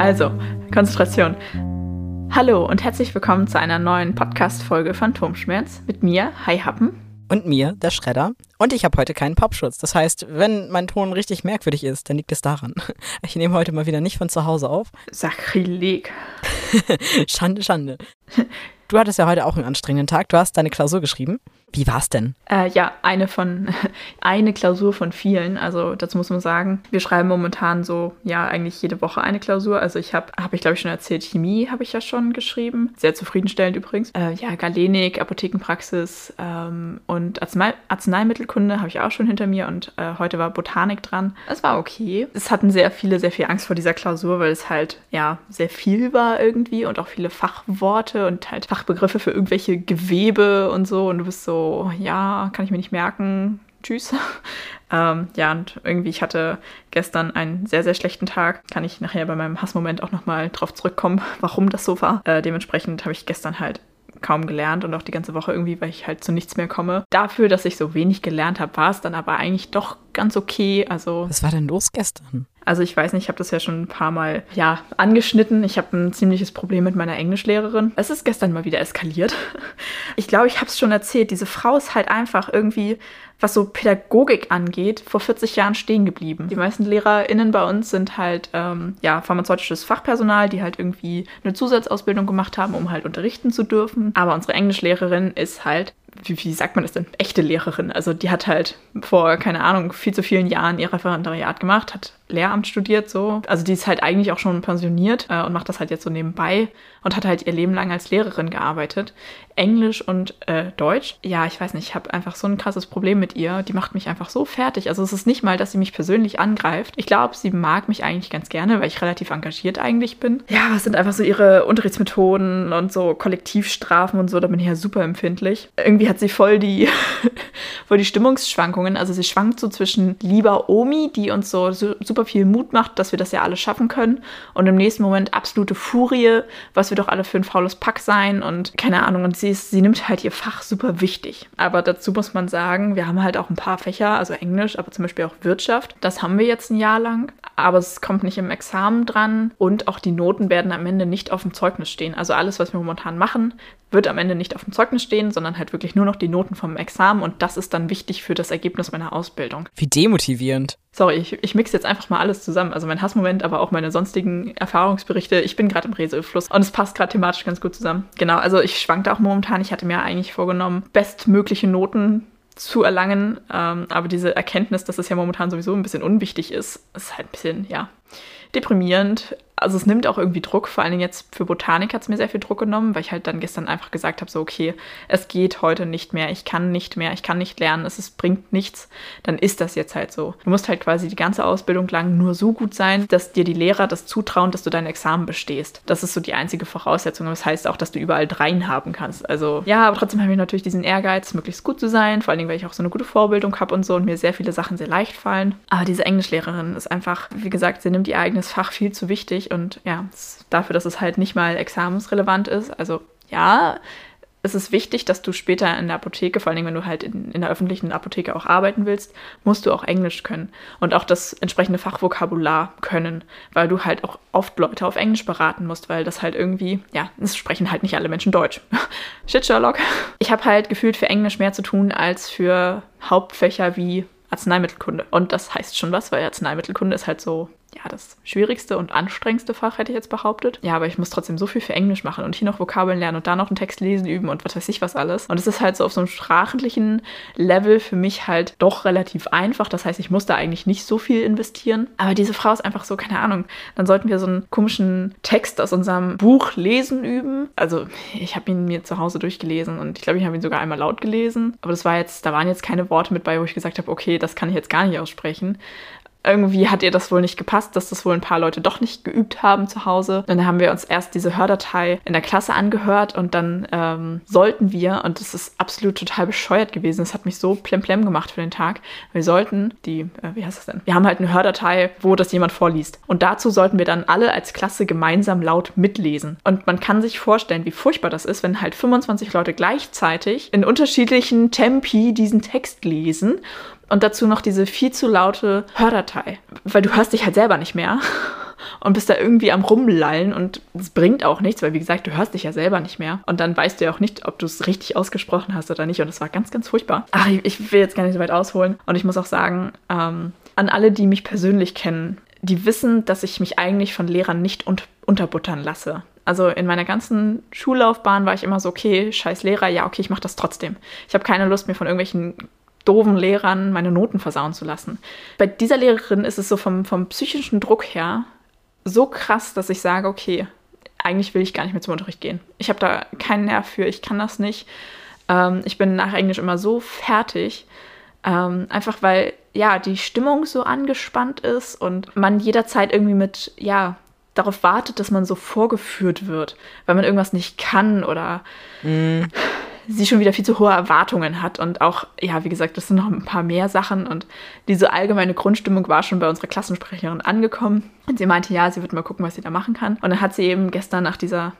Also, Konzentration. Hallo und herzlich willkommen zu einer neuen Podcast-Folge Phantomschmerz mit mir, Hi Happen. Und mir, der Schredder. Und ich habe heute keinen Popschutz. Das heißt, wenn mein Ton richtig merkwürdig ist, dann liegt es daran. Ich nehme heute mal wieder nicht von zu Hause auf. Sakrileg. Schande, Schande. Du hattest ja heute auch einen anstrengenden Tag. Du hast deine Klausur geschrieben. Wie war's denn? Ja, eine Klausur von vielen. Also dazu muss man sagen, wir schreiben momentan so, ja, eigentlich jede Woche eine Klausur. Also ich habe ich glaube ich schon erzählt, Chemie habe ich ja schon geschrieben. Sehr zufriedenstellend übrigens. Ja, Galenik, Apothekenpraxis und Arzneimittelkunde habe ich auch schon hinter mir. Und heute war Botanik dran. Es war okay. Es hatten sehr viel Angst vor dieser Klausur, weil es halt, ja, sehr viel war irgendwie und auch viele Fachworte und halt Fachbegriffe für irgendwelche Gewebe und so. Und du bist so, ja, kann ich mir nicht merken. Tschüss. Ja, und irgendwie, ich hatte gestern einen sehr, sehr schlechten Tag. Kann ich nachher bei meinem Hassmoment auch nochmal drauf zurückkommen, warum das so war. Dementsprechend habe ich gestern halt kaum gelernt und auch die ganze Woche irgendwie, weil ich halt zu nichts mehr komme. Dafür, dass ich so wenig gelernt habe, war es dann aber eigentlich doch ganz okay. Also, was war denn los gestern? Also ich weiß nicht, ich habe das ja schon ein paar Mal angeschnitten. Ich habe ein ziemliches Problem mit meiner Englischlehrerin. Es ist gestern mal wieder eskaliert. Ich glaube, ich habe es schon erzählt. Diese Frau ist halt einfach irgendwie, was so Pädagogik angeht, vor 40 Jahren stehen geblieben. Die meisten LehrerInnen bei uns sind halt pharmazeutisches Fachpersonal, die halt irgendwie eine Zusatzausbildung gemacht haben, um halt unterrichten zu dürfen. Aber unsere Englischlehrerin ist halt, wie sagt man das denn? Echte Lehrerin. Also die hat halt vor, keine Ahnung, viel zu vielen Jahren ihr Referendariat gemacht, hat Lehramt studiert, so. Also die ist halt eigentlich auch schon pensioniert und macht das halt jetzt so nebenbei und hat halt ihr Leben lang als Lehrerin gearbeitet. Englisch und Deutsch. Ja, ich weiß nicht, ich habe einfach so ein krasses Problem mit ihr. Die macht mich einfach so fertig. Also es ist nicht mal, dass sie mich persönlich angreift. Ich glaube, sie mag mich eigentlich ganz gerne, weil ich relativ engagiert eigentlich bin. Ja, was sind einfach so ihre Unterrichtsmethoden und so Kollektivstrafen und so, da bin ich ja super empfindlich. Irgendwie hat sie voll die Stimmungsschwankungen. Also sie schwankt so zwischen lieber Omi, die uns so super viel Mut macht, dass wir das ja alles schaffen können, und im nächsten Moment absolute Furie, was wir doch alle für ein faules Pack sein und keine Ahnung. Und sie nimmt halt ihr Fach super wichtig. Aber dazu muss man sagen, wir haben halt auch ein paar Fächer, also Englisch, aber zum Beispiel auch Wirtschaft. Das haben wir jetzt ein Jahr lang, aber es kommt nicht im Examen dran und auch die Noten werden am Ende nicht auf dem Zeugnis stehen. Also alles, was wir momentan machen, wird am Ende nicht auf dem Zeugnis stehen, sondern halt wirklich nur noch die Noten vom Examen, und das ist dann wichtig für das Ergebnis meiner Ausbildung. Wie demotivierend. Sorry, ich mixe jetzt einfach mal alles zusammen. Also mein Hassmoment, aber auch meine sonstigen Erfahrungsberichte. Ich bin gerade im Reselfluss und es passt gerade thematisch ganz gut zusammen. Genau, also ich schwankte auch momentan. Ich hatte mir eigentlich vorgenommen, bestmögliche Noten zu erlangen. Aber diese Erkenntnis, dass es ja momentan sowieso ein bisschen unwichtig ist halt ein bisschen, deprimierend. Also es nimmt auch irgendwie Druck, vor allen Dingen jetzt für Botanik hat es mir sehr viel Druck genommen, weil ich halt dann gestern einfach gesagt habe, so okay, es geht heute nicht mehr, ich kann nicht lernen, es bringt nichts, dann ist das jetzt halt so. Du musst halt quasi die ganze Ausbildung lang nur so gut sein, dass dir die Lehrer das zutrauen, dass du dein Examen bestehst. Das ist so die einzige Voraussetzung, aber das heißt auch, dass du überall 3 haben kannst. Also ja, aber trotzdem habe ich natürlich diesen Ehrgeiz, möglichst gut zu sein, vor allen Dingen, weil ich auch so eine gute Vorbildung habe und so und mir sehr viele Sachen sehr leicht fallen. Aber diese Englischlehrerin ist einfach, wie gesagt, sie nimmt ihr eigenes Fach viel zu wichtig. Und ja, dafür, dass es halt nicht mal examensrelevant ist. Also ja, es ist wichtig, dass du später in der Apotheke, vor allem wenn du halt in der öffentlichen Apotheke auch arbeiten willst, musst du auch Englisch können. Und auch das entsprechende Fachvokabular können, weil du halt auch oft Leute auf Englisch beraten musst, weil das halt irgendwie, es sprechen halt nicht alle Menschen Deutsch. Shit, Sherlock. Ich habe halt gefühlt für Englisch mehr zu tun als für Hauptfächer wie Arzneimittelkunde. Und das heißt schon was, weil Arzneimittelkunde ist halt so, das schwierigste und anstrengendste Fach, hätte ich jetzt behauptet. Ja, aber ich muss trotzdem so viel für Englisch machen und hier noch Vokabeln lernen und da noch einen Text lesen üben und was weiß ich was alles. Und es ist halt so auf so einem sprachlichen Level für mich halt doch relativ einfach. Das heißt, ich muss da eigentlich nicht so viel investieren. Aber diese Frau ist einfach so, keine Ahnung. Dann sollten wir so einen komischen Text aus unserem Buch lesen üben. Also ich habe ihn mir zu Hause durchgelesen und ich glaube, ich habe ihn sogar einmal laut gelesen. Aber da waren jetzt keine Worte mit bei, wo ich gesagt habe, okay, das kann ich jetzt gar nicht aussprechen. Irgendwie hat ihr das wohl nicht gepasst, dass das wohl ein paar Leute doch nicht geübt haben zu Hause. Dann haben wir uns erst diese Hördatei in der Klasse angehört und dann sollten wir, und das ist absolut total bescheuert gewesen, das hat mich so plemplem gemacht für den Tag, wir sollten wie heißt das denn? Wir haben halt eine Hördatei, wo das jemand vorliest. Und dazu sollten wir dann alle als Klasse gemeinsam laut mitlesen. Und man kann sich vorstellen, wie furchtbar das ist, wenn halt 25 Leute gleichzeitig in unterschiedlichen Tempi diesen Text lesen. Und dazu noch diese viel zu laute Hördatei. Weil du hörst dich halt selber nicht mehr. und bist da irgendwie am Rumlallen und es bringt auch nichts, weil wie gesagt, du hörst dich ja selber nicht mehr und dann weißt du ja auch nicht, ob du es richtig ausgesprochen hast oder nicht und das war ganz, ganz furchtbar. Ach, ich will jetzt gar nicht so weit ausholen und ich muss auch sagen, an alle, die mich persönlich kennen, die wissen, dass ich mich eigentlich von Lehrern nicht unterbuttern lasse. Also in meiner ganzen Schullaufbahn war ich immer so, okay, scheiß Lehrer, ja, okay, ich mache das trotzdem. Ich habe keine Lust, mir von irgendwelchen doofen Lehrern meine Noten versauen zu lassen. Bei dieser Lehrerin ist es so vom psychischen Druck her so krass, dass ich sage, okay, eigentlich will ich gar nicht mehr zum Unterricht gehen. Ich habe da keinen Nerv für, ich kann das nicht. Ich bin nach Englisch immer so fertig, einfach weil, ja, die Stimmung so angespannt ist und man jederzeit irgendwie darauf wartet, dass man so vorgeführt wird, weil man irgendwas nicht kann oder sie schon wieder viel zu hohe Erwartungen hat und auch, ja, wie gesagt, das sind noch ein paar mehr Sachen und diese allgemeine Grundstimmung war schon bei unserer Klassensprecherin angekommen und sie meinte, ja, sie wird mal gucken, was sie da machen kann und dann hat sie eben gestern nach dieser,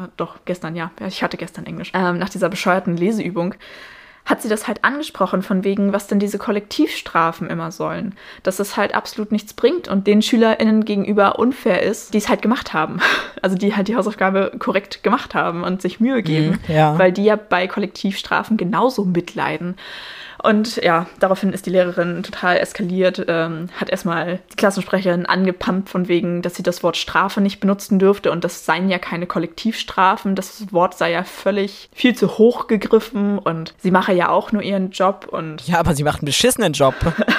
ich hatte gestern Englisch, nach dieser bescheuerten Leseübung, hat sie das halt angesprochen, von wegen, was denn diese Kollektivstrafen immer sollen. Dass das halt absolut nichts bringt und den SchülerInnen gegenüber unfair ist, die es halt gemacht haben. Also die halt die Hausaufgabe korrekt gemacht haben und sich Mühe geben. Ja. Weil die ja bei Kollektivstrafen genauso mitleiden. Und ja, daraufhin ist die Lehrerin total eskaliert, hat erstmal die Klassensprecherin angepumpt von wegen, dass sie das Wort Strafe nicht benutzen dürfte und das seien ja keine Kollektivstrafen, das Wort sei ja völlig viel zu hoch gegriffen und sie mache ja auch nur ihren Job und... Ja, aber sie macht einen beschissenen Job.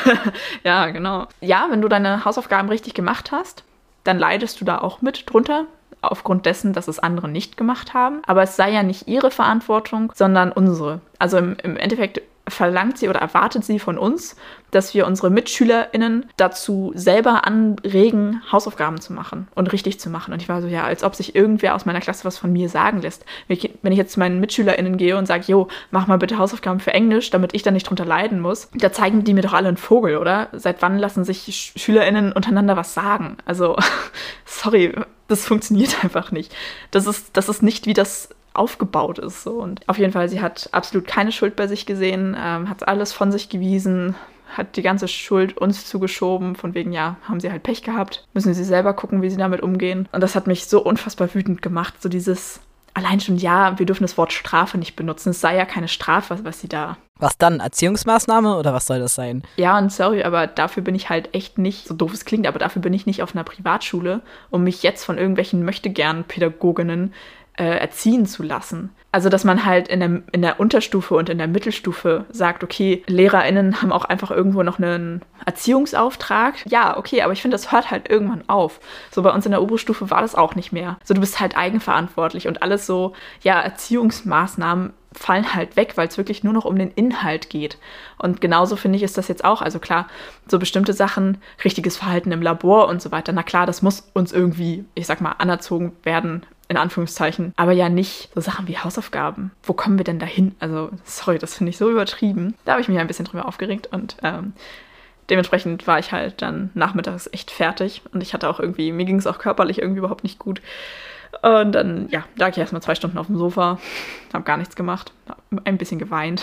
Ja, genau. Ja, wenn du deine Hausaufgaben richtig gemacht hast, dann leidest du da auch mit drunter, aufgrund dessen, dass es andere nicht gemacht haben. Aber es sei ja nicht ihre Verantwortung, sondern unsere. Also im Endeffekt verlangt sie oder erwartet sie von uns, dass wir unsere MitschülerInnen dazu selber anregen, Hausaufgaben zu machen und richtig zu machen. Und ich war so, ja, als ob sich irgendwer aus meiner Klasse was von mir sagen lässt. Wenn ich jetzt zu meinen MitschülerInnen gehe und sage, jo, mach mal bitte Hausaufgaben für Englisch, damit ich dann nicht drunter leiden muss, da zeigen die mir doch alle einen Vogel, oder? Seit wann lassen sich SchülerInnen untereinander was sagen? Also, sorry, das funktioniert einfach nicht. Das ist nicht, wie das aufgebaut ist. So. Und auf jeden Fall, sie hat absolut keine Schuld bei sich gesehen, hat alles von sich gewiesen, hat die ganze Schuld uns zugeschoben, von wegen, ja, haben sie halt Pech gehabt, müssen sie selber gucken, wie sie damit umgehen. Und das hat mich so unfassbar wütend gemacht, so dieses, allein schon, ja, wir dürfen das Wort Strafe nicht benutzen, es sei ja keine Strafe, was sie da... Was dann? Erziehungsmaßnahme oder was soll das sein? Ja, und sorry, aber dafür bin ich halt echt nicht, so doof es klingt, aber dafür bin ich nicht auf einer Privatschule, um mich jetzt von irgendwelchen Möchtegern-Pädagoginnen erziehen zu lassen. Also, dass man halt in der Unterstufe und in der Mittelstufe sagt, okay, LehrerInnen haben auch einfach irgendwo noch einen Erziehungsauftrag. Ja, okay, aber ich finde, das hört halt irgendwann auf. So bei uns in der Oberstufe war das auch nicht mehr. So, du bist halt eigenverantwortlich und alles so, ja, Erziehungsmaßnahmen fallen halt weg, weil es wirklich nur noch um den Inhalt geht. Und genauso finde ich, ist das jetzt auch. Also klar, so bestimmte Sachen, richtiges Verhalten im Labor und so weiter, na klar, das muss uns irgendwie, ich sag mal, anerzogen werden, in Anführungszeichen, aber ja nicht so Sachen wie Hausaufgaben. Wo kommen wir denn dahin? Also, sorry, das finde ich so übertrieben. Da habe ich mich ein bisschen drüber aufgeregt und dementsprechend war ich halt dann nachmittags echt fertig und ich hatte auch irgendwie, mir ging es auch körperlich irgendwie überhaupt nicht gut. Und dann, ja, lag ich erstmal 2 Stunden auf dem Sofa, habe gar nichts gemacht, hab ein bisschen geweint.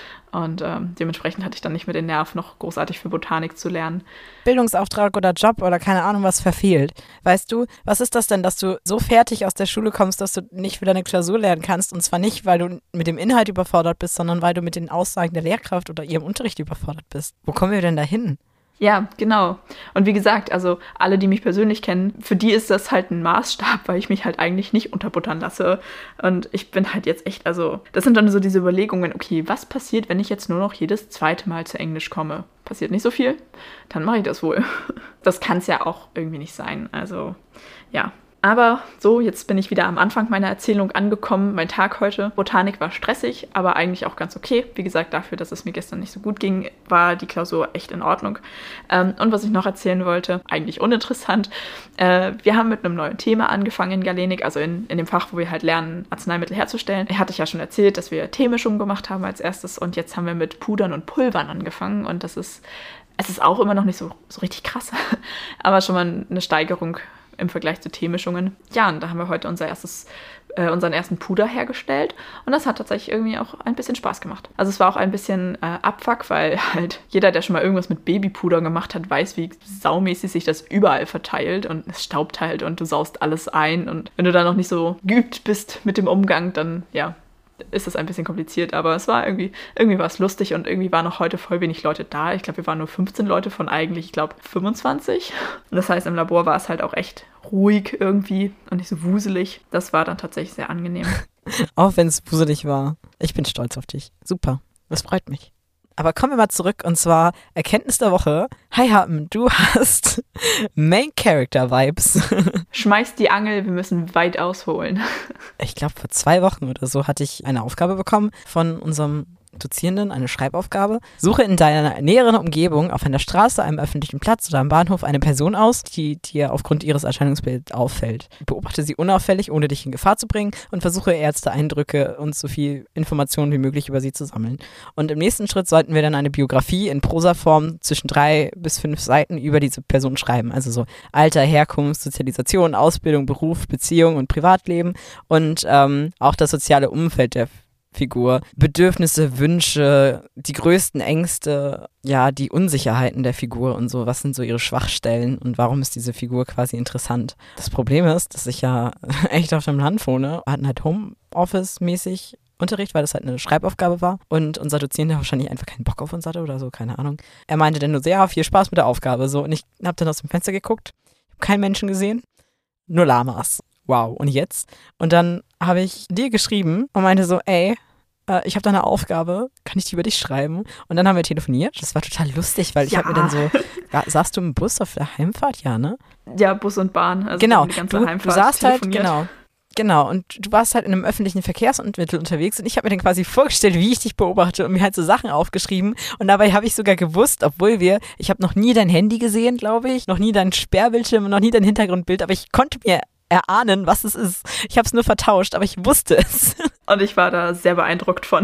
Und dementsprechend hatte ich dann nicht mehr den Nerv, noch großartig für Botanik zu lernen. Bildungsauftrag oder Job oder keine Ahnung was verfehlt. Weißt du, was ist das denn, dass du so fertig aus der Schule kommst, dass du nicht für deine Klausur lernen kannst? Und zwar nicht, weil du mit dem Inhalt überfordert bist, sondern weil du mit den Aussagen der Lehrkraft oder ihrem Unterricht überfordert bist. Wo kommen wir denn da hin? Ja, genau. Und wie gesagt, also alle, die mich persönlich kennen, für die ist das halt ein Maßstab, weil ich mich halt eigentlich nicht unterbuttern lasse. Und ich bin halt jetzt echt, also das sind dann so diese Überlegungen, okay, was passiert, wenn ich jetzt nur noch jedes zweite Mal zu Englisch komme? Passiert nicht so viel? Dann mache ich das wohl. Das kann es ja auch irgendwie nicht sein. Also, ja. Aber so, jetzt bin ich wieder am Anfang meiner Erzählung angekommen. Mein Tag heute, Botanik war stressig, aber eigentlich auch ganz okay. Wie gesagt, dafür, dass es mir gestern nicht so gut ging, war die Klausur echt in Ordnung. Und was ich noch erzählen wollte, eigentlich uninteressant. Wir haben mit einem neuen Thema angefangen in Galenik, also in dem Fach, wo wir halt lernen, Arzneimittel herzustellen. Hatte ich ja schon erzählt, dass wir Teemischung gemacht haben als erstes und jetzt haben wir mit Pudern und Pulvern angefangen und es ist auch immer noch nicht so richtig krass, aber schon mal eine Steigerung im Vergleich zu Teemischungen. Ja, und da haben wir heute unser erstes unseren ersten Puder hergestellt und das hat tatsächlich irgendwie auch ein bisschen Spaß gemacht. Also es war auch ein bisschen Abfuck, weil halt jeder, der schon mal irgendwas mit Babypuder gemacht hat, weiß, wie saumäßig sich das überall verteilt und es staubt halt und du saust alles ein und wenn du da noch nicht so geübt bist mit dem Umgang, dann ja, ist das ein bisschen kompliziert, aber es war irgendwie war es lustig und irgendwie waren noch heute voll wenig Leute da. Ich glaube, wir waren nur 15 Leute von eigentlich, ich glaube, 25. Und das heißt, im Labor war es halt auch echt ruhig irgendwie und nicht so wuselig. Das war dann tatsächlich sehr angenehm. Auch wenn es wuselig war. Ich bin stolz auf dich. Super. Das freut mich. Aber kommen wir mal zurück und zwar Erkenntnis der Woche. Hi Happen, du hast Main Character Vibes. Schmeiß die Angel, wir müssen weit ausholen. Ich glaube, vor 2 Wochen oder so hatte ich eine Aufgabe bekommen von unserem Dozierenden, eine Schreibaufgabe. Suche in deiner näheren Umgebung auf einer Straße, einem öffentlichen Platz oder am Bahnhof eine Person aus, die dir aufgrund ihres Erscheinungsbilds auffällt. Beobachte sie unauffällig, ohne dich in Gefahr zu bringen und versuche erste Eindrücke und so viel Informationen wie möglich über sie zu sammeln. Und im nächsten Schritt sollten wir dann eine Biografie in Prosaform zwischen 3 bis 5 Seiten über diese Person schreiben. Also so Alter, Herkunft, Sozialisation, Ausbildung, Beruf, Beziehung und Privatleben und auch das soziale Umfeld der Figur, Bedürfnisse, Wünsche, die größten Ängste, ja, die Unsicherheiten der Figur und so, was sind so ihre Schwachstellen und warum ist diese Figur quasi interessant. Das Problem ist, dass ich ja echt auf dem Land wohne, wir hatten halt Homeoffice-mäßig Unterricht, weil das halt eine Schreibaufgabe war und unser Dozierender wahrscheinlich einfach keinen Bock auf uns hatte oder so, keine Ahnung. Er meinte dann nur so, ja, viel Spaß mit der Aufgabe, so, und ich habe dann aus dem Fenster geguckt, habe keinen Menschen gesehen, nur Lamas. Wow, und jetzt? Und dann habe ich dir geschrieben und meinte so, ey, ich habe da eine Aufgabe, kann ich die über dich schreiben? Und dann haben wir telefoniert. Das war total lustig, weil ich habe mir dann so, saßt du im Bus auf der Heimfahrt? Ja, ne? Ja, Bus und Bahn. Also genau, die ganze du saßt halt, genau, und du warst halt in einem öffentlichen Verkehrsmittel unterwegs und ich habe mir dann quasi vorgestellt, wie ich dich beobachte und mir halt so Sachen aufgeschrieben und dabei habe ich sogar gewusst, ich habe noch nie dein Handy gesehen, glaube ich, noch nie deinen Sperrbildschirm, noch nie dein Hintergrundbild, aber ich konnte mir erahnen, was es ist. Ich habe es nur vertauscht, aber ich wusste es. Und ich war da sehr beeindruckt von.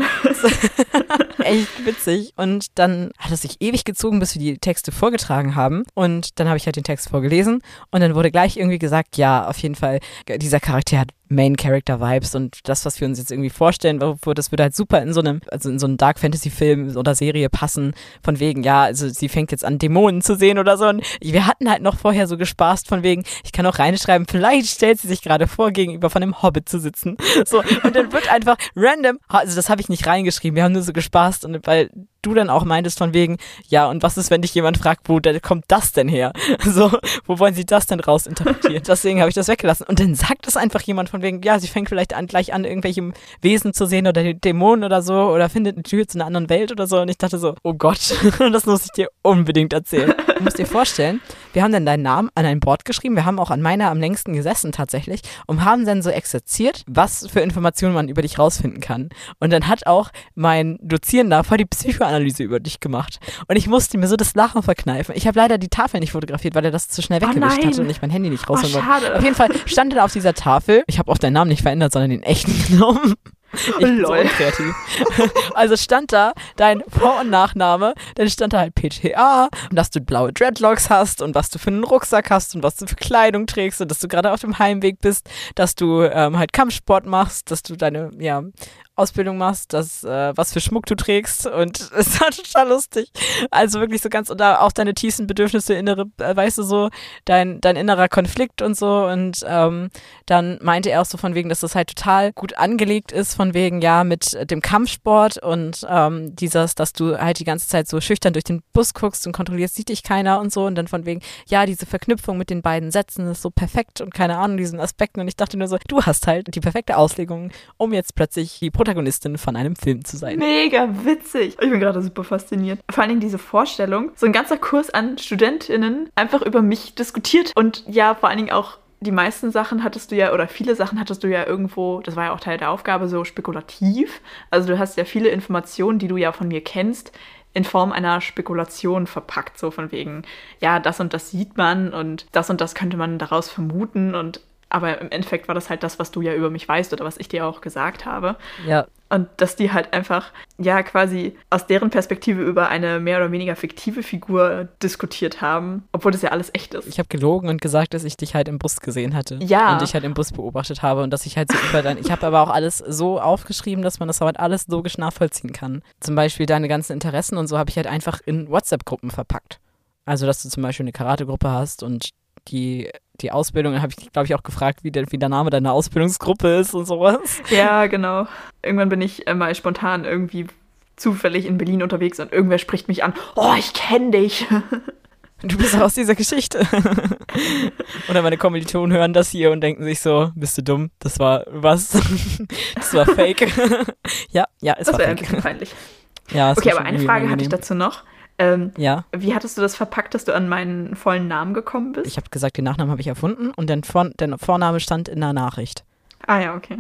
Echt witzig. Und dann hat es sich ewig gezogen, bis wir die Texte vorgetragen haben. Und dann habe ich halt den Text vorgelesen. Und dann wurde gleich irgendwie gesagt, ja, auf jeden Fall, dieser Charakter hat Main-Character-Vibes und das, was wir uns jetzt irgendwie vorstellen, das würde halt super in so einem Dark-Fantasy-Film oder Serie passen, von wegen, ja, also sie fängt jetzt an, Dämonen zu sehen oder so. Und wir hatten halt noch vorher so gespaßt, von wegen, ich kann auch reinschreiben, vielleicht stellt sie sich gerade vor, gegenüber von einem Hobbit zu sitzen. So, und dann wird einfach random, also das habe ich nicht reingeschrieben, wir haben nur so gespaßt und weil du dann auch meintest von wegen, ja, und was ist, wenn dich jemand fragt, wo kommt das denn her? So, wo wollen sie das denn rausinterpretieren? Deswegen habe ich das weggelassen. Und dann sagt es einfach jemand von wegen, ja, sie fängt vielleicht gleich an, irgendwelche Wesen zu sehen oder Dämonen oder so oder findet eine Tür zu einer anderen Welt oder so. Und ich dachte so, oh Gott, das muss ich dir unbedingt erzählen. Du musst dir vorstellen, wir haben dann deinen Namen an ein Board geschrieben, wir haben auch an meiner am längsten gesessen tatsächlich und haben dann so exerziert, was für Informationen man über dich rausfinden kann. Und dann hat auch mein Dozierender voll die Psychoanalyse über dich gemacht. Und ich musste mir so das Lachen verkneifen. Ich habe leider die Tafel nicht fotografiert, weil er das zu schnell weggewischt hatte und ich mein Handy nicht rausholen wollte. Schade. Auf jeden Fall stand dann auf dieser Tafel, ich habe auch deinen Namen nicht verändert, sondern den echten genommen. Ich bin so unkreativ. Also stand da dein Vor- und Nachname, dann stand da halt PTA und dass du blaue Dreadlocks hast und was du für einen Rucksack hast und was du für Kleidung trägst und dass du gerade auf dem Heimweg bist, dass du halt Kampfsport machst, dass du deine Ausbildung machst, was für Schmuck du trägst und es war total lustig. Also wirklich so ganz, und da auch deine tiefsten Bedürfnisse, weißt du so, dein innerer Konflikt und so und dann meinte er auch so von wegen, dass das halt total gut angelegt ist, von wegen, ja, mit dem Kampfsport und dass du halt die ganze Zeit so schüchtern durch den Bus guckst und kontrollierst, sieht dich keiner und so und dann von wegen, ja, diese Verknüpfung mit den beiden Sätzen ist so perfekt und keine Ahnung, diesen Aspekten und ich dachte nur so, du hast halt die perfekte Auslegung, um jetzt plötzlich die Protagonistin von einem Film zu sein. Mega witzig. Ich bin gerade super fasziniert. Vor allen Dingen diese Vorstellung, so ein ganzer Kurs an StudentInnen einfach über mich diskutiert und ja, vor allen Dingen auch die meisten Sachen hattest du ja, oder viele Sachen hattest du ja irgendwo, das war ja auch Teil der Aufgabe, so spekulativ. Also du hast ja viele Informationen, die du ja von mir kennst, in Form einer Spekulation verpackt, so von wegen, ja, das und das sieht man und das könnte man daraus vermuten und aber im Endeffekt war das halt das, was du ja über mich weißt oder was ich dir auch gesagt habe. Ja. Und dass die halt einfach, ja, quasi aus deren Perspektive über eine mehr oder weniger fiktive Figur diskutiert haben, obwohl das ja alles echt ist. Ich habe gelogen und gesagt, dass ich dich halt im Bus gesehen hatte. Ja. Und dich halt im Bus beobachtet habe und dass ich halt so ich habe aber auch alles so aufgeschrieben, dass man das halt alles logisch nachvollziehen kann. Zum Beispiel deine ganzen Interessen und so habe ich halt einfach in WhatsApp-Gruppen verpackt. Also, dass du zum Beispiel eine Karate-Gruppe hast und die Ausbildung, habe ich, glaube ich, auch gefragt, wie der Name deiner Ausbildungsgruppe ist und sowas. Ja, genau. Irgendwann bin ich mal spontan irgendwie zufällig in Berlin unterwegs und irgendwer spricht mich an. Oh, ich kenne dich. Du bist auch aus dieser Geschichte. Oder meine Kommilitonen hören das hier und denken sich so, bist du dumm? Das war was? Das war fake. Ja, es war fake. Das wäre ein bisschen peinlich. Ja, okay, aber eine Frage hatte ich dazu noch. Ja. Wie hattest du das verpackt, dass du an meinen vollen Namen gekommen bist? Ich habe gesagt, den Nachnamen habe ich erfunden und der Vorname stand in der Nachricht. Ah ja, okay.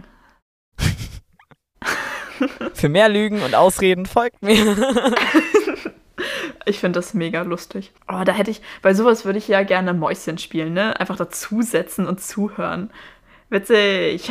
Für mehr Lügen und Ausreden folgt mir. Ich finde das mega lustig. Oh, bei sowas würde ich ja gerne Mäuschen spielen, ne? Einfach dazusetzen und zuhören. Witzig.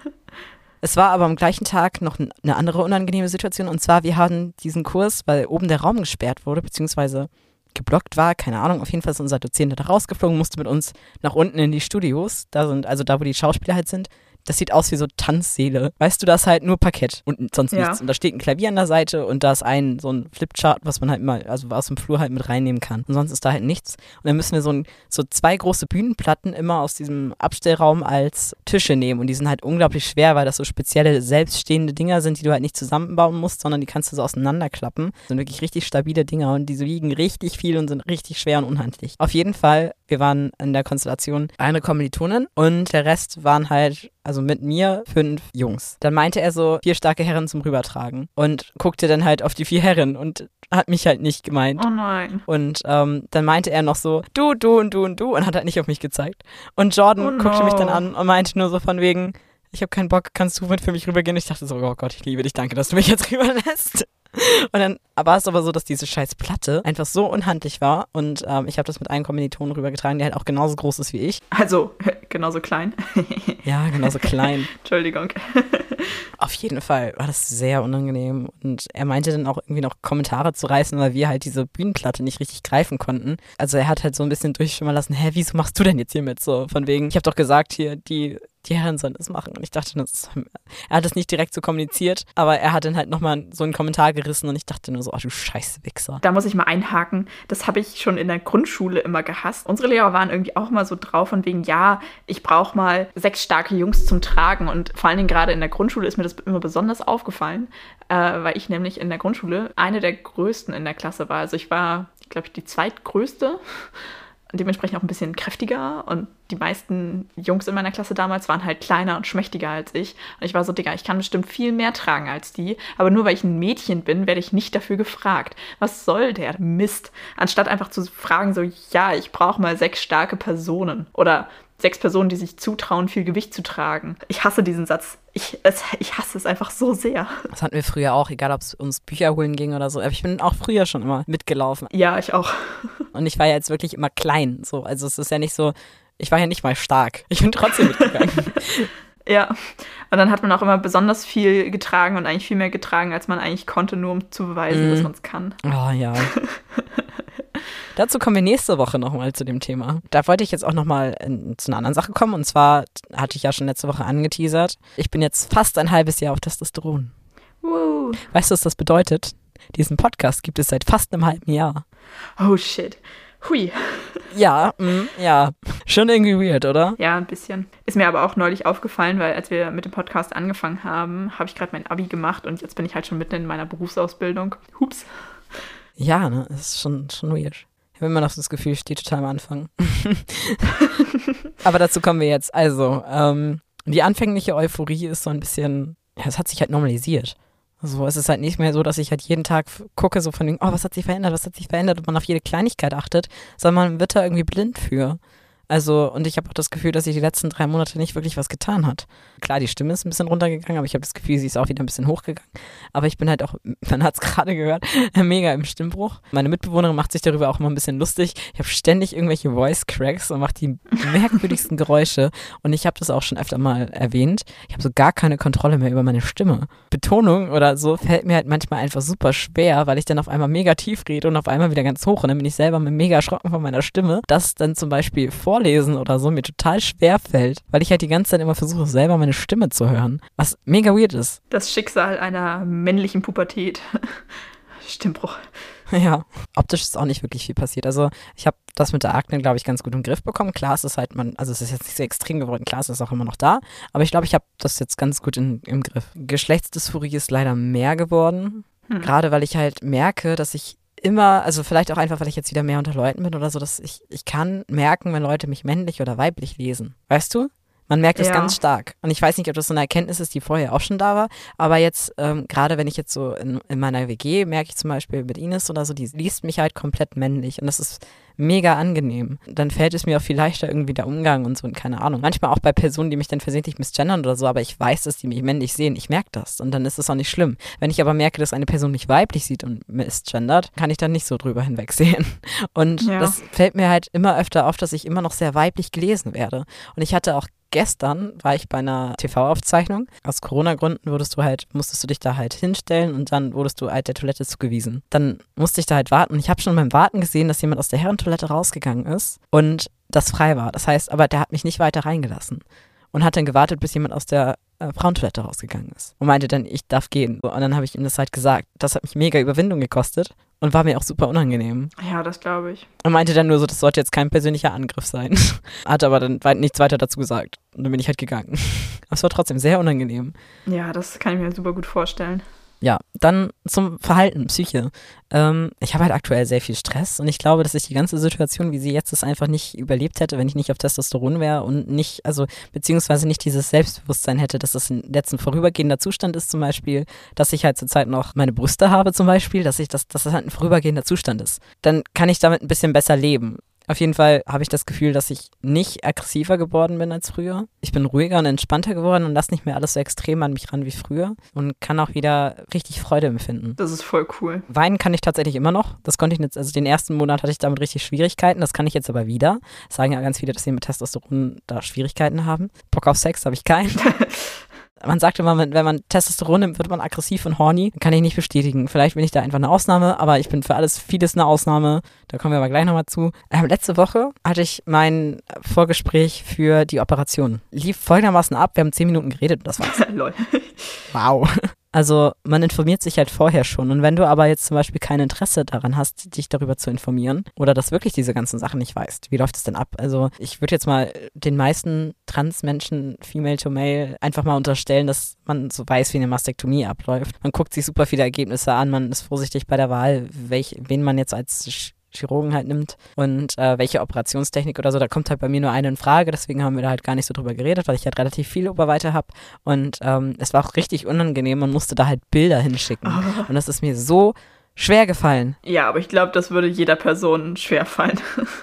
Es war aber am gleichen Tag noch eine andere unangenehme Situation. Und zwar, wir hatten diesen Kurs, weil oben der Raum gesperrt wurde, beziehungsweise geblockt war, keine Ahnung. Auf jeden Fall ist unser Dozent da rausgeflogen, musste mit uns nach unten in die Studios. Da, wo die Schauspieler halt sind. Das sieht aus wie so Tanzsäle. Weißt du, da ist halt nur Parkett und sonst nichts. Und da steht ein Klavier an der Seite und da ist so ein Flipchart, was man halt mal, also aus dem Flur halt mit reinnehmen kann. Und sonst ist da halt nichts. Und dann müssen wir so 2 große Bühnenplatten immer aus diesem Abstellraum als Tische nehmen. Und die sind halt unglaublich schwer, weil das so spezielle, selbststehende Dinger sind, die du halt nicht zusammenbauen musst, sondern die kannst du so auseinanderklappen. Das sind wirklich richtig stabile Dinger und die wiegen richtig viel und sind richtig schwer und unhandlich. Auf jeden Fall, wir waren in der Konstellation eine Kommilitonin und der Rest waren halt, also mit mir 5 Jungs. Dann meinte er so, 4 starke Herren zum Rübertragen und guckte dann halt auf die 4 Herren und hat mich halt nicht gemeint. Oh nein. Und dann meinte er noch so, du und du und du und hat halt nicht auf mich gezeigt. Und Jordan guckte mich dann an und meinte nur so von wegen, ich habe keinen Bock, kannst du mit für mich rübergehen? Ich dachte so, oh Gott, ich liebe dich, danke, dass du mich jetzt rüberlässt. Und dann war es aber so, dass diese scheiß Platte einfach so unhandlich war und ich habe das mit einem Kommilitonen rübergetragen, der halt auch genauso groß ist wie ich. Also, genauso klein. Ja, genauso klein. Entschuldigung. Auf jeden Fall war das sehr unangenehm und er meinte dann auch irgendwie noch Kommentare zu reißen, weil wir halt diese Bühnenplatte nicht richtig greifen konnten. Also er hat halt so ein bisschen durchschimmern lassen, wieso machst du denn jetzt hier mit? So von wegen, ich habe doch gesagt hier, die Herren sollen das machen. Und ich dachte, er hat es nicht direkt so kommuniziert, aber er hat dann halt nochmal so einen Kommentar gerissen und ich dachte nur so, oh du scheiß Wichser. Da muss ich mal einhaken. Das habe ich schon in der Grundschule immer gehasst. Unsere Lehrer waren irgendwie auch mal so drauf von wegen, ja, ich brauche mal 6 starke Jungs zum Tragen. Und vor allen Dingen gerade in der Grundschule ist mir das immer besonders aufgefallen, weil ich nämlich in der Grundschule eine der größten in der Klasse war. Also ich war, glaube ich, die zweitgrößte. Dementsprechend auch ein bisschen kräftiger und die meisten Jungs in meiner Klasse damals waren halt kleiner und schmächtiger als ich. Und ich war so, Digga, ich kann bestimmt viel mehr tragen als die, aber nur weil ich ein Mädchen bin, werde ich nicht dafür gefragt. Was soll der Mist? Anstatt einfach zu fragen so, ja, ich brauche mal 6 starke Personen oder 6 Personen, die sich zutrauen, viel Gewicht zu tragen. Ich hasse diesen Satz. Ich hasse es einfach so sehr. Das hatten wir früher auch, egal ob es uns Bücher holen ging oder so. Aber ich bin auch früher schon immer mitgelaufen. Ja, ich auch. Und ich war ja jetzt wirklich immer klein. So. Also es ist ja nicht so, ich war ja nicht mal stark. Ich bin trotzdem mitgegangen. Ja, und dann hat man auch immer besonders viel getragen und eigentlich viel mehr getragen, als man eigentlich konnte, nur um zu beweisen, dass man es kann. Oh ja. Dazu kommen wir nächste Woche nochmal zu dem Thema. Da wollte ich jetzt auch nochmal zu einer anderen Sache kommen. Und zwar hatte ich ja schon letzte Woche angeteasert. Ich bin jetzt fast ein halbes Jahr auf Testosteron. Weißt du, was das bedeutet? Diesen Podcast gibt es seit fast einem halben Jahr. Oh shit. Hui. Ja, ja. Schon irgendwie weird, oder? Ja, ein bisschen. Ist mir aber auch neulich aufgefallen, weil als wir mit dem Podcast angefangen haben, habe ich gerade mein Abi gemacht und jetzt bin ich halt schon mitten in meiner Berufsausbildung. Hups. Ja, ne, das ist schon weird. Ich habe immer noch das Gefühl, ich stehe total am Anfang. Aber dazu kommen wir jetzt. Also, die anfängliche Euphorie ist so ein bisschen, ja, es hat sich halt normalisiert. Also es ist halt nicht mehr so, dass ich halt jeden Tag gucke, so von wegen, oh, was hat sich verändert und man auf jede Kleinigkeit achtet, sondern man wird da irgendwie blind für. Also, und ich habe auch das Gefühl, dass sich die letzten 3 Monate nicht wirklich was getan hat. Klar, die Stimme ist ein bisschen runtergegangen, aber ich habe das Gefühl, sie ist auch wieder ein bisschen hochgegangen. Aber ich bin halt auch, man hat es gerade gehört, mega im Stimmbruch. Meine Mitbewohnerin macht sich darüber auch immer ein bisschen lustig. Ich habe ständig irgendwelche Voice-Cracks und mache die merkwürdigsten Geräusche. Und ich habe das auch schon öfter mal erwähnt. Ich habe so gar keine Kontrolle mehr über meine Stimme. Betonung oder so fällt mir halt manchmal einfach super schwer, weil ich dann auf einmal mega tief rede und auf einmal wieder ganz hoch. Und dann bin ich selber mega erschrocken von meiner Stimme, dass dann zum Beispiel Vorlesen oder so mir total schwer fällt, weil ich halt die ganze Zeit immer versuche, selber meine Stimme zu hören. Was mega weird ist. Das Schicksal einer männlichen Pubertät. Stimmbruch. Ja, optisch ist auch nicht wirklich viel passiert. Also ich habe das mit der Akne, glaube ich, ganz gut im Griff bekommen. Klar, es ist halt, also es ist jetzt nicht so extrem geworden. Klar, es ist auch immer noch da. Aber ich glaube, ich habe das jetzt ganz gut im Griff. Geschlechtsdysphorie ist leider mehr geworden. Gerade weil ich halt merke, dass ich immer, also vielleicht auch einfach, weil ich jetzt wieder mehr unter Leuten bin oder so, dass ich kann merken, wenn Leute mich männlich oder weiblich lesen. Weißt du? Man merkt es ganz stark. Und ich weiß nicht, ob das so eine Erkenntnis ist, die vorher auch schon da war, aber jetzt, gerade wenn ich jetzt so in meiner WG, merke ich zum Beispiel mit Ines oder so, die liest mich halt komplett männlich und das ist mega angenehm. Dann fällt es mir auch viel leichter irgendwie der Umgang und so und keine Ahnung. Manchmal auch bei Personen, die mich dann versehentlich misgendern oder so, aber ich weiß, dass die mich männlich sehen. Ich merke das und dann ist es auch nicht schlimm. Wenn ich aber merke, dass eine Person mich weiblich sieht und misgendert, kann ich dann nicht so drüber hinwegsehen. Und das fällt mir halt immer öfter auf, dass ich immer noch sehr weiblich gelesen werde. Und ich hatte auch gestern war ich bei einer TV-Aufzeichnung. Aus Corona-Gründen musstest du dich da halt hinstellen und dann wurdest du halt der Toilette zugewiesen. Dann musste ich da halt warten und ich habe schon beim Warten gesehen, dass jemand aus der Herrentoilette rausgegangen ist und das frei war. Das heißt, aber der hat mich nicht weiter reingelassen und hat dann gewartet, bis jemand aus der Frauentoilette rausgegangen ist und meinte dann, ich darf gehen. Und dann habe ich ihm das halt gesagt. Das hat mich mega Überwindung gekostet und war mir auch super unangenehm. Ja, das glaube ich. Und meinte dann nur so, das sollte jetzt kein persönlicher Angriff sein. Hat aber dann nichts weiter dazu gesagt. Und dann bin ich halt gegangen. Aber es war trotzdem sehr unangenehm. Ja, das kann ich mir super gut vorstellen. Ja, dann zum Verhalten, Psyche. Ich habe halt aktuell sehr viel Stress und ich glaube, dass ich die ganze Situation, wie sie jetzt ist, einfach nicht überlebt hätte, wenn ich nicht auf Testosteron wäre und nicht, also beziehungsweise nicht dieses Selbstbewusstsein hätte, dass das jetzt ein vorübergehender Zustand ist zum Beispiel, dass ich halt zurzeit noch meine Brüste habe zum Beispiel, dass das halt ein vorübergehender Zustand ist. Dann kann ich damit ein bisschen besser leben. Auf jeden Fall habe ich das Gefühl, dass ich nicht aggressiver geworden bin als früher. Ich bin ruhiger und entspannter geworden und lasse nicht mehr alles so extrem an mich ran wie früher und kann auch wieder richtig Freude empfinden. Das ist voll cool. Weinen kann ich tatsächlich immer noch. Das konnte ich jetzt, also den ersten Monat hatte ich damit richtig Schwierigkeiten. Das kann ich jetzt aber wieder. Das sagen ja ganz viele, dass sie mit Testosteron da Schwierigkeiten haben. Bock auf Sex habe ich keinen. Man sagt immer, wenn man Testosteron nimmt, wird man aggressiv und horny. Kann ich nicht bestätigen. Vielleicht bin ich da einfach eine Ausnahme, aber ich bin für vieles eine Ausnahme. Da kommen wir aber gleich nochmal zu. Letzte Woche hatte ich mein Vorgespräch für die Operation. Lief folgendermaßen ab. Wir haben 10 Minuten geredet und das war's. Lol. Wow. Also man informiert sich halt vorher schon und wenn du aber jetzt zum Beispiel kein Interesse daran hast, dich darüber zu informieren oder dass wirklich diese ganzen Sachen nicht weißt, wie läuft es denn ab? Also ich würde jetzt mal den meisten Transmenschen, Female to Male, einfach mal unterstellen, dass man so weiß, wie eine Mastektomie abläuft. Man guckt sich super viele Ergebnisse an, man ist vorsichtig bei der Wahl, wen man jetzt als Chirurgen halt nimmt und welche Operationstechnik oder so, da kommt halt bei mir nur eine in Frage, deswegen haben wir da halt gar nicht so drüber geredet, weil ich halt relativ viel Oberweite habe und es war auch richtig unangenehm, man musste da halt Bilder hinschicken und das ist mir so schwer gefallen. Ja, aber ich glaube, das würde jeder Person schwer fallen.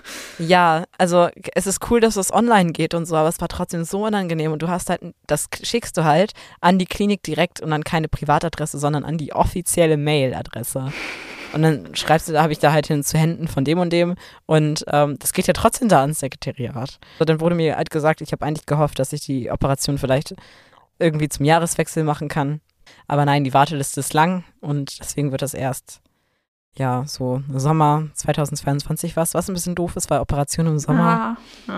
Ja, also es ist cool, dass es online geht und so, aber es war trotzdem so unangenehm und du hast halt, das schickst du halt an die Klinik direkt und an keine Privatadresse, sondern an die offizielle Mailadresse. Und dann schreibst du, da habe ich da halt hin zu Händen von dem und dem und das geht ja trotzdem da ans Sekretariat. So, dann wurde mir halt gesagt, ich habe eigentlich gehofft, dass ich die Operation vielleicht irgendwie zum Jahreswechsel machen kann. Aber nein, die Warteliste ist lang und deswegen wird das erst, ja, so Sommer 2022 was ein bisschen doof ist, weil Operation im Sommer,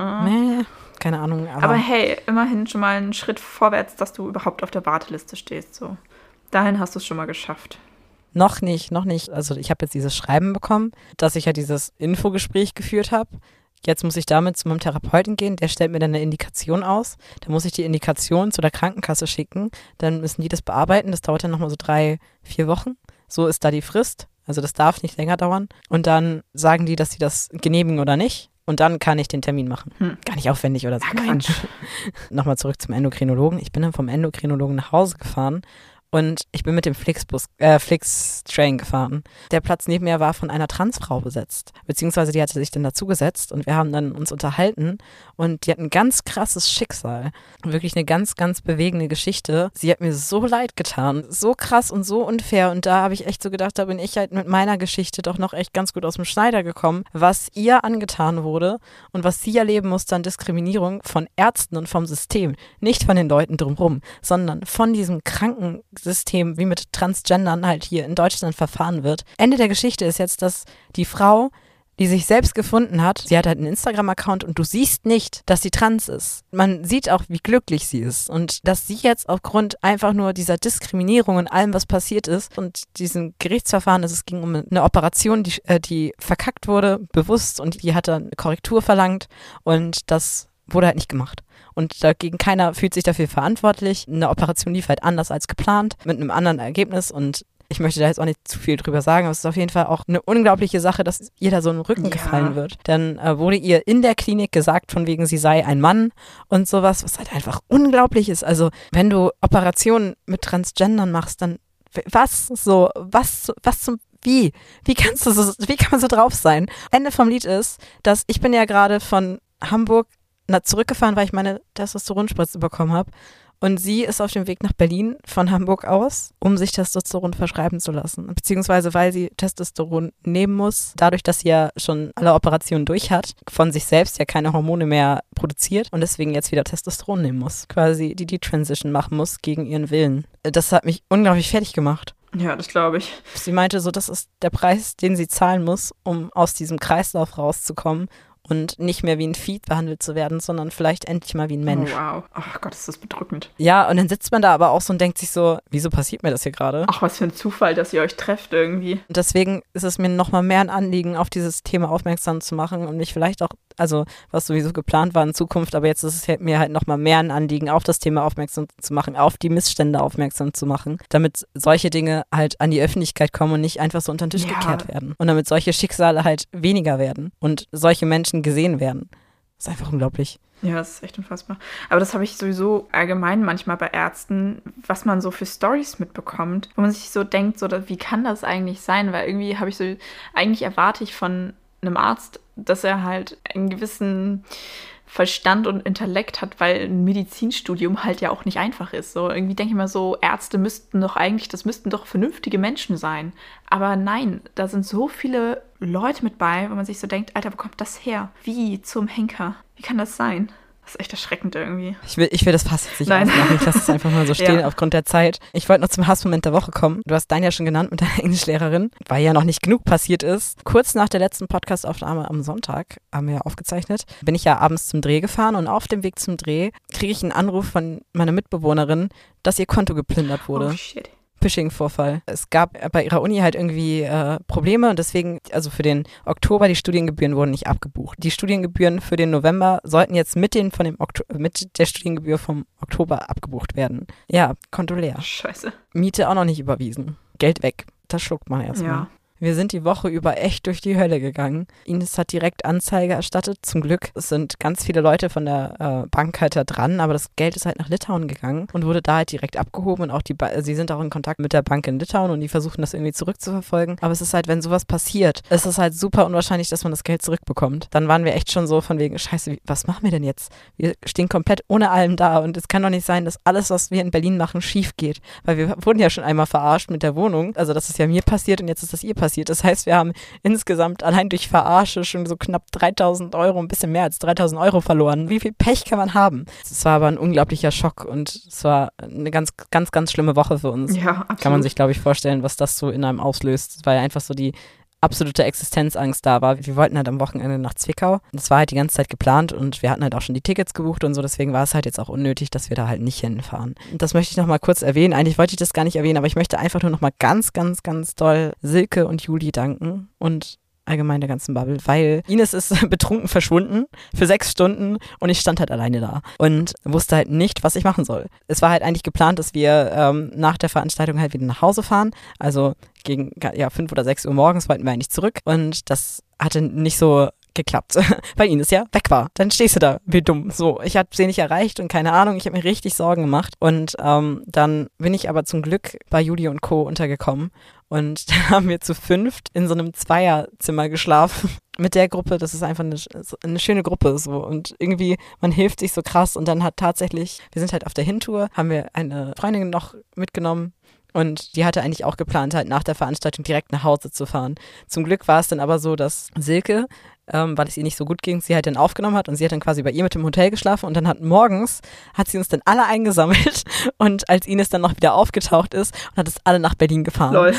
keine Ahnung. Aber hey, immerhin schon mal einen Schritt vorwärts, dass du überhaupt auf der Warteliste stehst. So. Dahin hast du es schon mal geschafft. Noch nicht. Also ich habe jetzt dieses Schreiben bekommen, dass ich ja dieses Infogespräch geführt habe. Jetzt muss ich damit zu meinem Therapeuten gehen, der stellt mir dann eine Indikation aus. Dann muss ich die Indikation zu der Krankenkasse schicken. Dann müssen die das bearbeiten. Das dauert dann nochmal so 3-4 Wochen. So ist da die Frist. Also das darf nicht länger dauern. Und dann sagen die, dass sie das genehmigen oder nicht. Und dann kann ich den Termin machen. Gar nicht aufwendig oder so. Ja, Quatsch. Nochmal zurück zum Endokrinologen. Ich bin dann vom Endokrinologen nach Hause gefahren. und ich bin mit dem Flix-Train gefahren. Der Platz neben mir war von einer Transfrau besetzt, beziehungsweise die hatte sich dann dazugesetzt und wir haben dann uns unterhalten und die hat ein ganz krasses Schicksal. Wirklich eine ganz, ganz bewegende Geschichte. Sie hat mir so leid getan, so krass und so unfair und da habe ich echt so gedacht, da bin ich halt mit meiner Geschichte doch noch echt ganz gut aus dem Schneider gekommen, was ihr angetan wurde und was sie erleben musste an Diskriminierung von Ärzten und vom System. Nicht von den Leuten drumherum, sondern von diesem Krankensystem, wie mit Transgendern halt hier in Deutschland verfahren wird. Ende der Geschichte ist jetzt, dass die Frau, die sich selbst gefunden hat, sie hat halt einen Instagram-Account und du siehst nicht, dass sie trans ist. Man sieht auch, wie glücklich sie ist und dass sie jetzt aufgrund einfach nur dieser Diskriminierung und allem, was passiert ist und diesem Gerichtsverfahren, es ging um eine Operation, die verkackt wurde, bewusst und die hat dann eine Korrektur verlangt und das wurde halt nicht gemacht. Und dagegen keiner fühlt sich dafür verantwortlich. Eine Operation lief halt anders als geplant, mit einem anderen Ergebnis und ich möchte da jetzt auch nicht zu viel drüber sagen, aber es ist auf jeden Fall auch eine unglaubliche Sache, dass ihr da so in den Rücken gefallen wird. Dann wurde ihr in der Klinik gesagt, von wegen sie sei ein Mann und sowas, was halt einfach unglaublich ist. Also wenn du Operationen mit Transgendern machst, dann wie kann man so drauf sein? Ende vom Lied ist, dass ich bin ja gerade von Hamburg zurückgefahren, weil ich meine Testosteronspritze bekommen habe. Und sie ist auf dem Weg nach Berlin von Hamburg aus, um sich Testosteron verschreiben zu lassen. Beziehungsweise, weil sie Testosteron nehmen muss, dadurch, dass sie ja schon alle Operationen durch hat, von sich selbst ja keine Hormone mehr produziert und deswegen jetzt wieder Testosteron nehmen muss. Quasi die Transition machen muss gegen ihren Willen. Das hat mich unglaublich fertig gemacht. Ja, das glaube ich. Sie meinte so, das ist der Preis, den sie zahlen muss, um aus diesem Kreislauf rauszukommen und nicht mehr wie ein Vieh behandelt zu werden, sondern vielleicht endlich mal wie ein Mensch. Oh, wow. Ach Gott, ist das bedrückend. Ja, und dann sitzt man da aber auch so und denkt sich so, wieso passiert mir das hier gerade? Ach, was für ein Zufall, dass ihr euch trefft irgendwie. Und deswegen ist es mir nochmal mehr ein Anliegen, auf dieses Thema aufmerksam zu machen und mich vielleicht auch, also was sowieso geplant war in Zukunft, aber jetzt ist es mir halt nochmal mehr ein Anliegen, auf das Thema aufmerksam zu machen, auf die Missstände aufmerksam zu machen, damit solche Dinge halt an die Öffentlichkeit kommen und nicht einfach so unter den Tisch gekehrt werden. Und damit solche Schicksale halt weniger werden und solche Menschen gesehen werden. Das ist einfach unglaublich. Ja, das ist echt unfassbar. Aber das habe ich sowieso allgemein manchmal bei Ärzten, was man so für Storys mitbekommt, wo man sich so denkt, so, wie kann das eigentlich sein? Weil irgendwie eigentlich erwarte ich von einem Arzt, dass er halt einen gewissen Verstand und Intellekt hat, weil ein Medizinstudium halt ja auch nicht einfach ist. So irgendwie denke ich mal so, Ärzte müssten doch vernünftige Menschen sein. Aber nein, da sind so viele Leute mit bei, wo man sich so denkt, Alter, wo kommt das her? Wie zum Henker? Wie kann das sein? Das ist echt erschreckend irgendwie. Ich will das fast jetzt nicht ausmachen. Ich lasse es einfach mal so stehen aufgrund der Zeit. Ich wollte noch zum Hassmoment der Woche kommen. Du hast deinen ja schon genannt mit deiner Englischlehrerin, weil ja noch nicht genug passiert ist. Kurz nach der letzten Podcast-Aufnahme am Sonntag, haben wir ja aufgezeichnet, bin ich ja abends zum Dreh gefahren und auf dem Weg zum Dreh kriege ich einen Anruf von meiner Mitbewohnerin, dass ihr Konto geplündert wurde. Oh shit. Phishing-Vorfall. Es gab bei ihrer Uni halt irgendwie Probleme und deswegen, also für den Oktober, die Studiengebühren wurden nicht abgebucht. Die Studiengebühren für den November sollten jetzt mit der Studiengebühr vom Oktober abgebucht werden. Ja, Konto leer. Scheiße. Miete auch noch nicht überwiesen. Geld weg. Das schluckt man erstmal. Ja. Wir sind die Woche über echt durch die Hölle gegangen. Ines hat direkt Anzeige erstattet. Zum Glück sind ganz viele Leute von der Bank halt da dran, aber das Geld ist halt nach Litauen gegangen und wurde da halt direkt abgehoben und auch sie sind auch in Kontakt mit der Bank in Litauen und die versuchen das irgendwie zurückzuverfolgen. Aber es ist halt, wenn sowas passiert, es ist halt super unwahrscheinlich, dass man das Geld zurückbekommt. Dann waren wir echt schon so von wegen, scheiße, was machen wir denn jetzt? Wir stehen komplett ohne allem da und es kann doch nicht sein, dass alles, was wir in Berlin machen, schief geht. Weil wir wurden ja schon einmal verarscht mit der Wohnung. Also das ist ja mir passiert und jetzt ist das ihr passiert. Das heißt, wir haben insgesamt allein durch Verarsche schon so knapp 3.000 Euro, ein bisschen mehr als 3.000 Euro verloren. Wie viel Pech kann man haben? Es war aber ein unglaublicher Schock und es war eine ganz, ganz, ganz schlimme Woche für uns. Ja, absolut. Kann man sich, glaube ich, vorstellen, was das so in einem auslöst, weil einfach so die absolute Existenzangst da war. Wir wollten halt am Wochenende nach Zwickau. Das war halt die ganze Zeit geplant und wir hatten halt auch schon die Tickets gebucht und so, deswegen war es halt jetzt auch unnötig, dass wir da halt nicht hinfahren. Und das möchte ich nochmal kurz erwähnen. Eigentlich wollte ich das gar nicht erwähnen, aber ich möchte einfach nur nochmal ganz, ganz, ganz doll Silke und Juli danken und allgemein der ganzen Bubble, weil Ines ist betrunken verschwunden für 6 Stunden und ich stand halt alleine da und wusste halt nicht, was ich machen soll. Es war halt eigentlich geplant, dass wir nach der Veranstaltung halt wieder nach Hause fahren, also gegen 5 oder 6 Uhr morgens wollten wir eigentlich zurück und das hatte nicht so geklappt, weil Ines ja weg war. Dann stehst du da, wie dumm. So, ich habe sie nicht erreicht und keine Ahnung, ich habe mir richtig Sorgen gemacht. Und dann bin ich aber zum Glück bei Julie und Co. untergekommen. Und da haben wir zu 5 in so einem Zweierzimmer geschlafen. Mit der Gruppe, das ist einfach eine schöne Gruppe so und irgendwie, man hilft sich so krass und dann hat tatsächlich, wir sind halt auf der Hintour, haben wir eine Freundin noch mitgenommen und die hatte eigentlich auch geplant, halt nach der Veranstaltung direkt nach Hause zu fahren. Zum Glück war es dann aber so, dass Silke, weil es ihr nicht so gut ging, sie halt dann aufgenommen hat und sie hat dann quasi bei ihr mit dem Hotel geschlafen und dann hat sie uns dann alle eingesammelt und als Ines dann noch wieder aufgetaucht ist und hat es alle nach Berlin gefahren. Lol.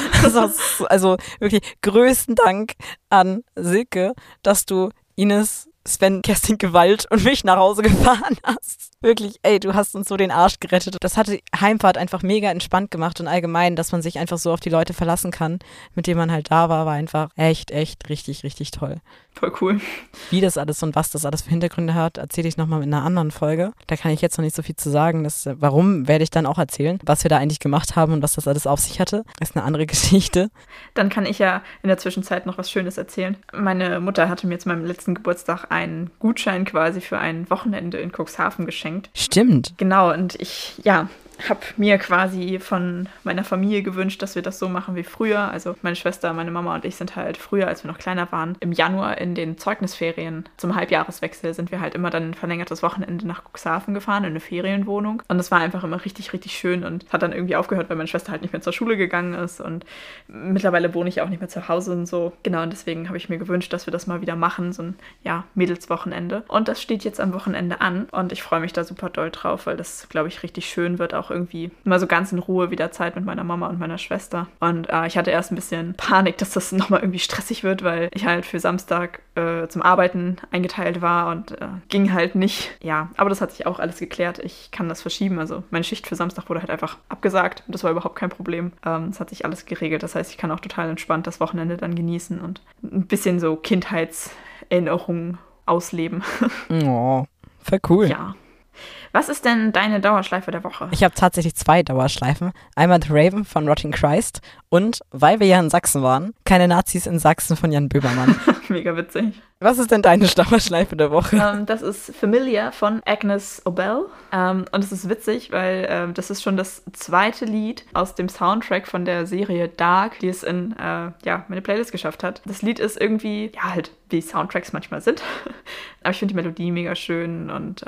Also wirklich größten Dank an Silke, dass du Ines, Sven, Kerstin Gewalt und mich nach Hause gefahren hast. Wirklich, ey, du hast uns so den Arsch gerettet. Das hat die Heimfahrt einfach mega entspannt gemacht und allgemein, dass man sich einfach so auf die Leute verlassen kann, mit denen man halt da war einfach echt richtig, richtig toll. Voll cool. Wie das alles und was das alles für Hintergründe hat, erzähle ich nochmal in einer anderen Folge. Da kann ich jetzt noch nicht so viel zu sagen. Warum werde ich dann auch erzählen, was wir da eigentlich gemacht haben und was das alles auf sich hatte. Das ist eine andere Geschichte. Dann kann ich ja in der Zwischenzeit noch was Schönes erzählen. Meine Mutter hatte mir zu meinem letzten Geburtstag einen Gutschein quasi für ein Wochenende in Cuxhaven geschenkt. Stimmt. Genau, und ich, habe mir quasi von meiner Familie gewünscht, dass wir das so machen wie früher. Also meine Schwester, meine Mama und ich sind halt früher, als wir noch kleiner waren, im Januar in den Zeugnisferien zum Halbjahreswechsel sind wir halt immer dann ein verlängertes Wochenende nach Cuxhaven gefahren, in eine Ferienwohnung. Und das war einfach immer richtig, richtig schön und hat dann irgendwie aufgehört, weil meine Schwester halt nicht mehr zur Schule gegangen ist und mittlerweile wohne ich auch nicht mehr zu Hause und so. Genau, und deswegen habe ich mir gewünscht, dass wir das mal wieder machen, so ein, Mädelswochenende. Und das steht jetzt am Wochenende an und ich freue mich da super doll drauf, weil das, glaube ich, richtig schön wird, auch irgendwie mal so ganz in Ruhe wieder Zeit mit meiner Mama und meiner Schwester. Und ich hatte erst ein bisschen Panik, dass das nochmal irgendwie stressig wird, weil ich halt für Samstag zum Arbeiten eingeteilt war und ging halt nicht. Ja, aber das hat sich auch alles geklärt. Ich kann das verschieben. Also meine Schicht für Samstag wurde halt einfach abgesagt und das war überhaupt kein Problem. Es hat sich alles geregelt. Das heißt, ich kann auch total entspannt das Wochenende dann genießen und ein bisschen so Kindheitserinnerungen ausleben. Oh, voll cool. Ja. Was ist denn deine Dauerschleife der Woche? Ich habe tatsächlich 2 Dauerschleifen. Einmal The Raven von Rotting Christ und, weil wir ja in Sachsen waren, Keine Nazis in Sachsen von Jan Böhmermann. Mega witzig. Was ist denn deine Dauerschleife der Woche? Das ist Familiar von Agnes Obel. Und es ist witzig, weil das ist schon das 2. Lied aus dem Soundtrack von der Serie Dark, die es in meine Playlist geschafft hat. Das Lied ist irgendwie, halt wie Soundtracks manchmal sind. Aber ich finde die Melodie mega schön und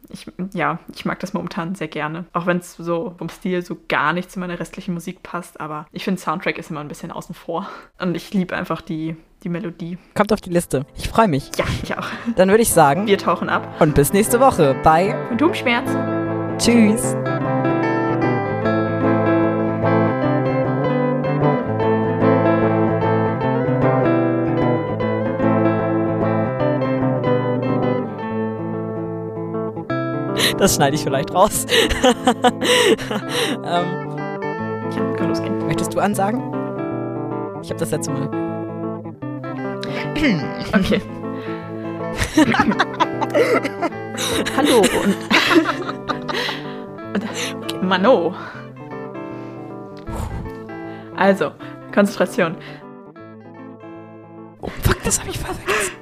ich mag das momentan sehr gerne. Auch wenn es so vom Stil so gar nicht zu meiner restlichen Musik passt, aber ich finde Soundtrack ist immer ein bisschen außen vor. Und ich liebe einfach die Melodie. Kommt auf die Liste. Ich freue mich. Ja, ich auch. Dann würde ich sagen, wir tauchen ab. Und bis nächste Woche bei Phantomschmerz. Tschüss. Das schneide ich vielleicht raus. Kann losgehen. Möchtest du ansagen? Ich habe das letzte Mal. Okay. Hallo und Mano. Also, Konzentration. Oh, fuck, das habe ich voll vergessen.